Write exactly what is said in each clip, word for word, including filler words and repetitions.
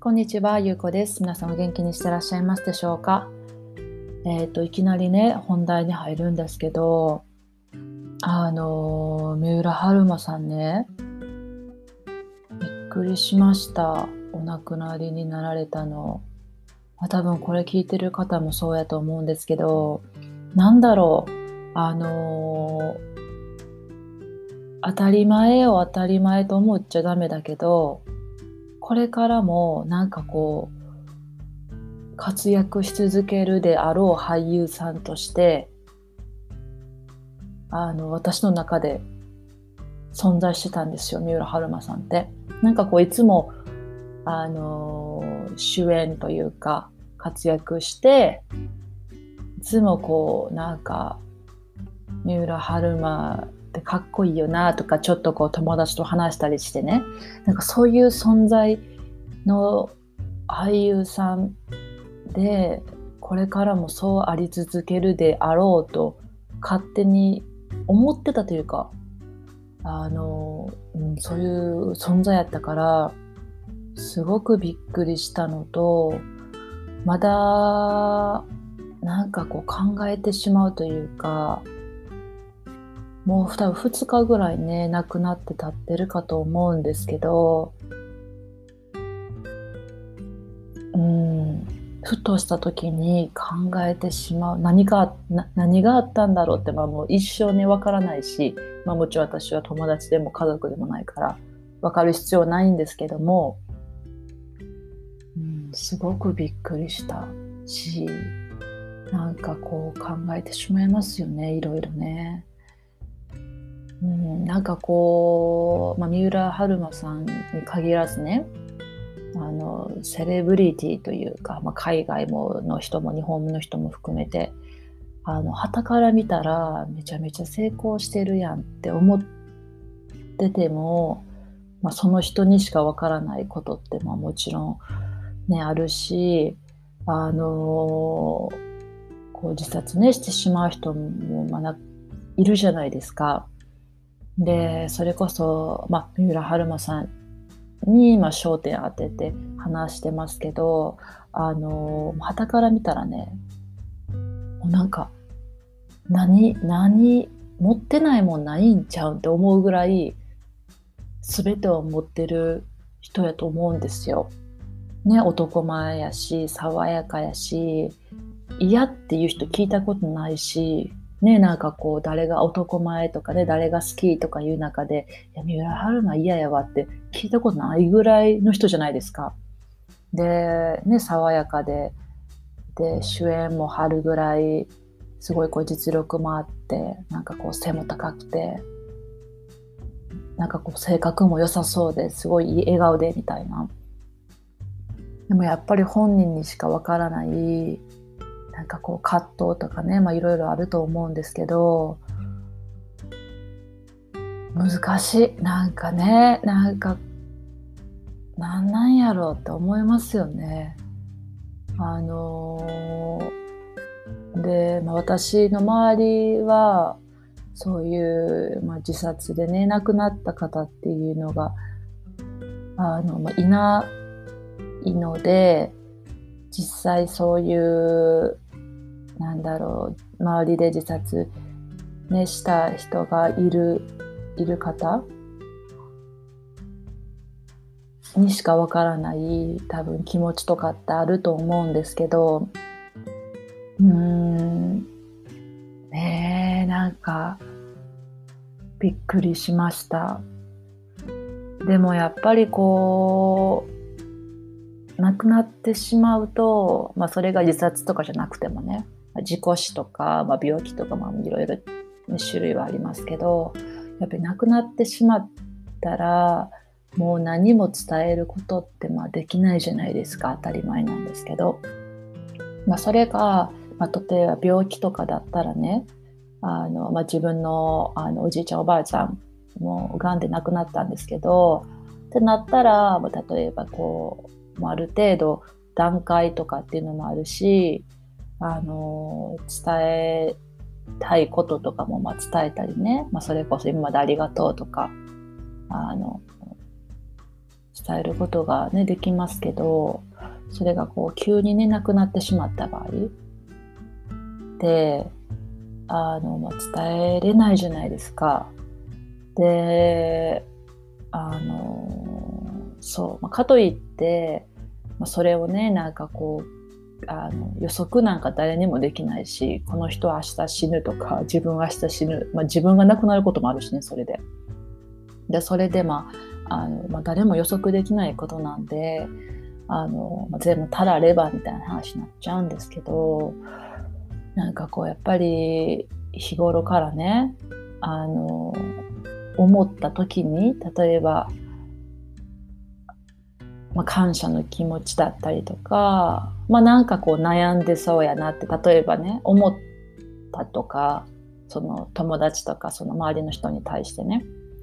こんにちは、ゆうこです。皆さんお元気にしてらっしゃいますでしょうか。えっと、いきなりね、本題に入るんですけど、あの、三浦春馬さんね、びっくりしました。お亡くなりになられたの。まあ、多分これ聞いてる方もそうやと思うんですけど、なんだろう、あの、当たり前を当たり前と思っちゃダメだけど、これからもなんかこう、活躍し続けるであろう俳優さんとしてあの私の中で存在してたんですよ、三浦春馬さんって。なんかこういつもあの主演というか活躍して、いつもこうなんか三浦春馬ってかっこいいよなとか、ちょっとこう友達と話したりしてね、なんかそういう存在の俳優さんで、これからもそうあり続けるであろうと勝手に思ってたというか、あの、うん、そういう存在やったから、すごくびっくりしたのと、まだなんかこう考えてしまうというか、もう多分ふつかぐらいね、亡くなって経ってるかと思うんですけど、うん、ふとした時に考えてしまう。何が、な何があったんだろうって、まあもう一生ね、わからないし、まあもちろん私は友達でも家族でもないから、わかる必要ないんですけども、うん、すごくびっくりしたし、なんかこう考えてしまいますよね、いろいろね。うん、なんかこう、まあ、三浦春馬さんに限らずね、あのセレブリティというか、まあ、海外もの人も日本の人も含めて、あの傍から見たらめちゃめちゃ成功してるやんって思ってても、まあ、その人にしかわからないことって、まあ、もちろん、ね、あるし、あのこう自殺ねしてしまう人も、まあ、ないるじゃないですか。でそれこそ、まあ、三浦春馬さんに今焦点当てて話してますけど、あの傍から見たらね、もうなんか何何持ってないもんないんちゃうんって思うぐらい全てを持ってる人やと思うんですよ。ね、男前やし爽やかやし、嫌っていう人聞いたことないし、ね、なんかこう誰が男前とかね、誰が好きとかいう中で、いや三浦春馬嫌やわって聞いたことないぐらいの人じゃないですか。で、ね、爽やかで、で主演も張るぐらいすごいこう実力もあって、なんかこう背も高くて、なんかこう性格も良さそうですごいいい笑顔でみたいな。でもやっぱり本人にしかわからない、なんかこう葛藤とかね、まあいろいろあると思うんですけど、難しい。なんかね、なんか、なんなんやろうって思いますよね。あのーで、まあ、私の周りは、そういう、まあ、自殺でね、亡くなった方っていうのが、あの、まあ、いないので、実際そういう、なんだろう、周りで自殺、ね、した人がいる、いる方にしかわからない多分気持ちとかってあると思うんですけど、うーん、ねえ、なんかびっくりしました。でもやっぱりこう、亡くなってしまうと、まあそれが自殺とかじゃなくてもね、事故死とか、まあ、病気とか、まあいろいろ、ね、種類はありますけど、やっぱり亡くなってしまったら、もう何も伝えることってまあできないじゃないですか、当たり前なんですけど。まあ、それが、まあ、例えば病気とかだったらね、あの、まあ、自分の、あのおじいちゃんおばあちゃんもがんで亡くなったんですけど、ってなったら、まあ、例えばこう、まあ、ある程度段階とかっていうのもあるし、あの伝えたいこととかもまあ伝えたりね、まあ、それこそ今までありがとうとか、あの伝えることがねできますけど、それがこう急にねなくなってしまった場合で、あの、まあ、伝えれないじゃないですか。で、あのそう、まあ、かといって、まあ、それをねなんかこうあの予測なんか誰にもできないし、この人は明日死ぬとか、自分は明日死ぬ、まあ、自分が亡くなることもあるしね、それで。でそれで、まああのまあ、誰も予測できないことなんで、あの、まあ、全部たらればみたいな話になっちゃうんですけど、なんかこうやっぱり日頃からね、あの思った時に、例えば、まあ、感謝の気持ちだったりとか、まあ、なんかこう悩んでそうやなって例えばね思ったとか、その友達とかその周りの人に対してね、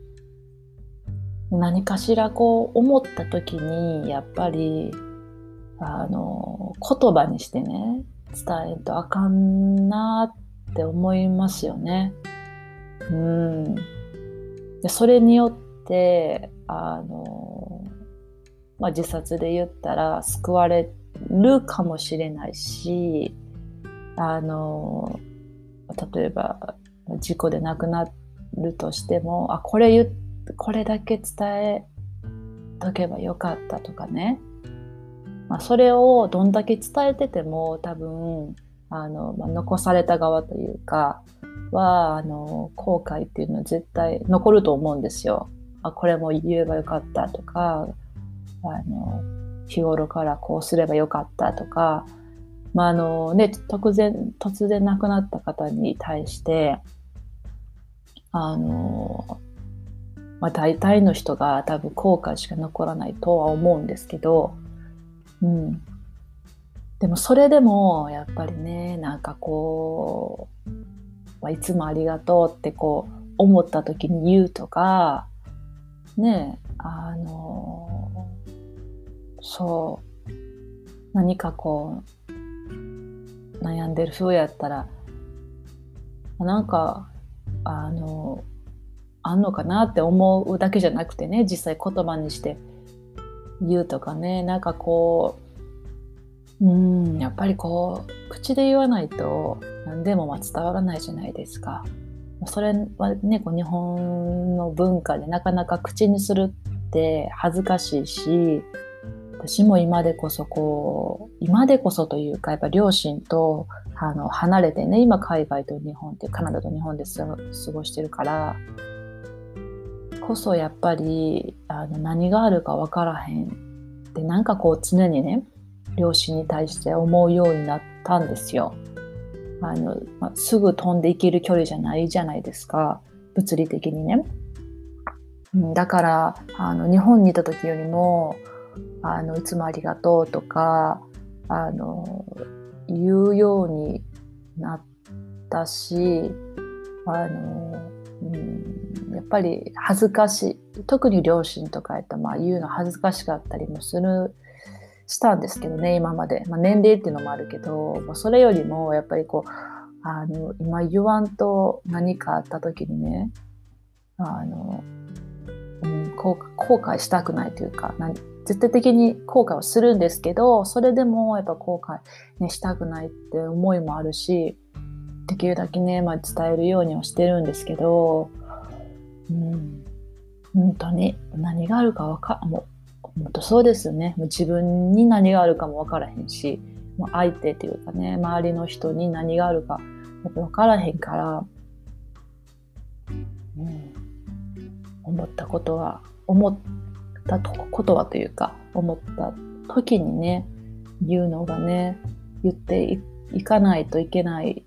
何かしらこう思った時にやっぱりあの言葉にしてね伝えんとあかんなって思いますよね。うん。でそれによってあの、まあ、自殺で言ったら救われるかもしれないし、あの例えば事故で亡くなるとしても、あこれ言これだけ伝えとけばよかったとかね、まあ、それをどんだけ伝えてても多分あの、まあ、残された側というかはあの後悔っていうのは絶対残ると思うんですよ。あこれも言えばよかったとか、あの日頃からこうすればよかったとか、まああのね、突然突然亡くなった方に対してあの、まあ、大体の人が多分後悔しか残らないとは思うんですけど、うん、でもそれでもやっぱりねなんかこう、まあ、いつもありがとうってこう思った時に言うとかね、あのそう何かこう悩んでる風やったらなんかあのあんのかなって思うだけじゃなくてね、実際言葉にして言うとかね、なんかこううーんやっぱりこう口で言わないと何でもまあ伝わらないじゃないですか。それはねこう日本の文化でなかなか口にするって恥ずかしいし、私も今でこそこう今でこそというかやっぱ両親とあの離れてね、今海外と日本ってカナダと日本で過ごしてるからこそやっぱりあの何があるか分からへんで、なんかこう常にね両親に対して思うようになったんですよ。あの、まあ、すぐ飛んでいける距離じゃないじゃないですか、物理的にね。だからあの日本にいた時よりもあのいつもありがとうとかあの言うようになったし、あの、うん、やっぱり恥ずかしい、特に両親とかやったらまあ言うの恥ずかしかったりもするしたんですけどね今まで、まあ、年齢っていうのもあるけど、まあ、それよりもやっぱりこうあの今言わんと何かあった時にねあの、うん、後後悔したくないというか、何絶対的に後悔はするんですけど、それでもやっぱ後悔、ね、したくないって思いもあるし、できるだけね、まあ、伝えるようにはしてるんですけど、うん、本当に何があるかわかもう本当そうですよね。もう自分に何があるかも分からへんし、もう相手っていうかね周りの人に何があるかやっぱ分からへんから、うん、思ったことは思ったことはというか思った時にね言うのがね言ってい、いかないといけない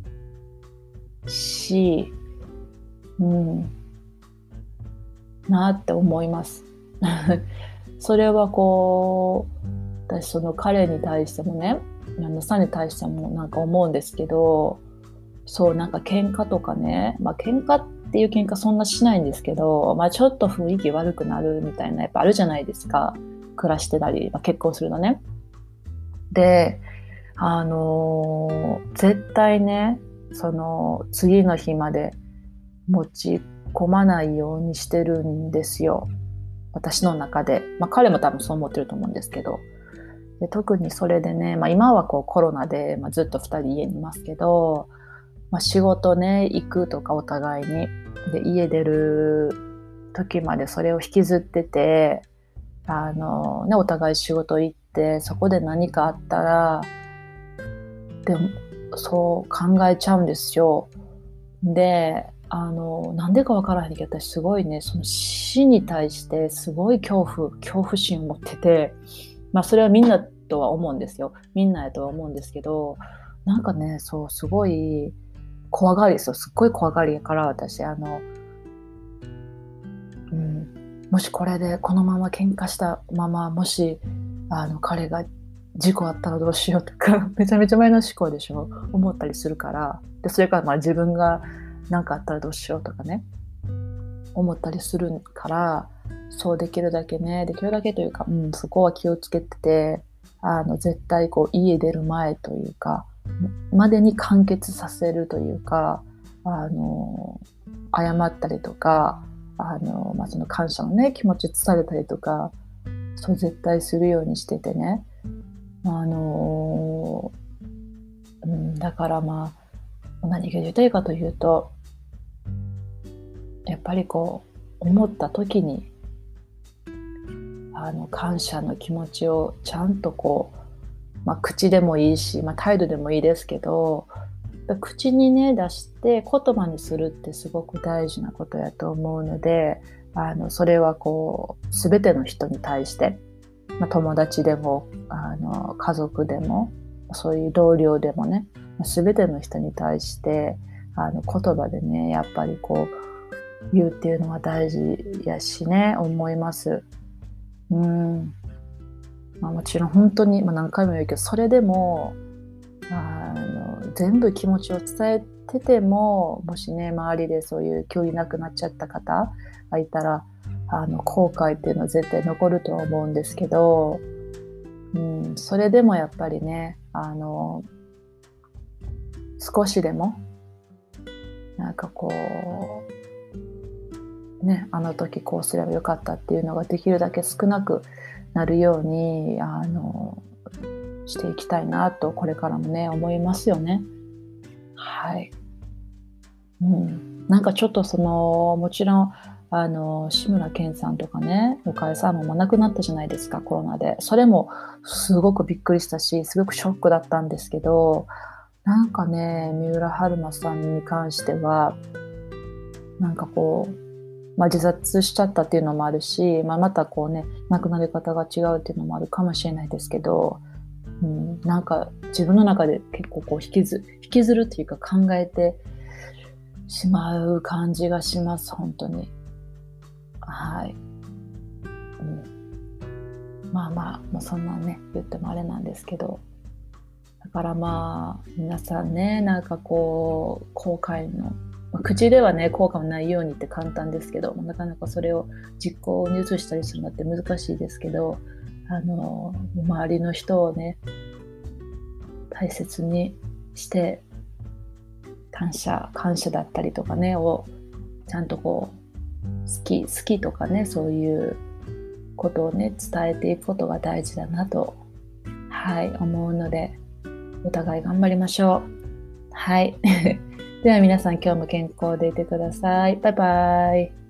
し、うん、なって思います。それはこう私その彼に対してもね旦那さんに対してもなんか思うんですけど、そうなんか喧嘩とかね、まあ喧嘩っていう喧嘩そんなしないんですけど、まあちょっと雰囲気悪くなるみたいなやっぱあるじゃないですか、暮らしてたり、まあ、結婚するのね。であのー、絶対ねその次の日まで持ち込まないようにしてるんですよ。 私の中で、まあ、彼も多分そう思ってると思うんですけど、で特にそれでね、まあ、今はこうコロナで、まあ、ずっとふたり家にいますけど、まあ、仕事ね行くとかお互いにで家出る時までそれを引きずってて、あの、ね、お互い仕事行ってそこで何かあったらでもそう考えちゃうんですよ。で、あのなんでかわからへんけど私すごいねその死に対してすごい恐怖恐怖心を持ってて、まあそれはみんなとは思うんですよ。みんなやとは思うんですけど、なんかねそうすごい怖がりですよ。すっごい怖がりやから私あの、うん、もしこれでこのまま喧嘩したままもしあの彼が事故あったらどうしようとかめちゃめちゃマイナス思考でしょ思ったりするから、でそれからまあ自分が何かあったらどうしようとかね思ったりするから、そうできるだけねできるだけというか、うん、そこは気をつけてて、あの絶対こう家出る前というかまでに完結させるというか、あの謝ったりとか、あの、まあ、その感謝のね気持ち伝えたりとか、そう絶対するようにしててね、あの、うん、だからまあ何が言いたいかというと、やっぱりこう思った時にあの感謝の気持ちをちゃんとこう、まあ、口でもいいし、まあ、態度でもいいですけど、口にね出して言葉にするってすごく大事なことやと思うので、あのそれはこう全ての人に対して、まあ、友達でもあの家族でもそういう同僚でもね、全ての人に対してあの言葉でねやっぱりこう言うっていうのは大事やしね思います。うん、まあ、もちろん本当に、まあ、何回も言うけどそれでもあの全部気持ちを伝えてても、もしね周りでそういう急に亡くなっちゃった方がいたらあの後悔っていうのは絶対残るとは思うんですけど、うん、それでもやっぱりねあの少しでもなんかこうねあの時こうすればよかったっていうのができるだけ少なくなるようにあのしていきたいなとこれからもね思いますよね。はい、うん、なんかちょっとそのもちろんあの志村けんさんとかね岡江さんも亡くなったじゃないですかコロナで。それもすごくびっくりしたしすごくショックだったんですけど、なんかね三浦春馬さんに関してはなんかこう、まあ、自殺しちゃったっていうのもあるし、まあ、またこうね亡くなり方が違うっていうのもあるかもしれないですけど、うん、なんか自分の中で結構こう引きず引きずるっていうか考えてしまう感じがします本当に。はい、うん、まあまあもうそんなね言ってもあれなんですけど、だからまあ皆さんねなんかこう後悔の口ではね後悔もないようにって簡単ですけど、なかなかそれを実行に移したりするのって難しいですけど、あの周りの人をね大切にして感謝感謝だったりとかねをちゃんとこう好き好きとかねそういうことをね伝えていくことが大事だなとはい思うので、お互い頑張りましょう。はいでは皆さん今日も健康でいてください。バイバイ。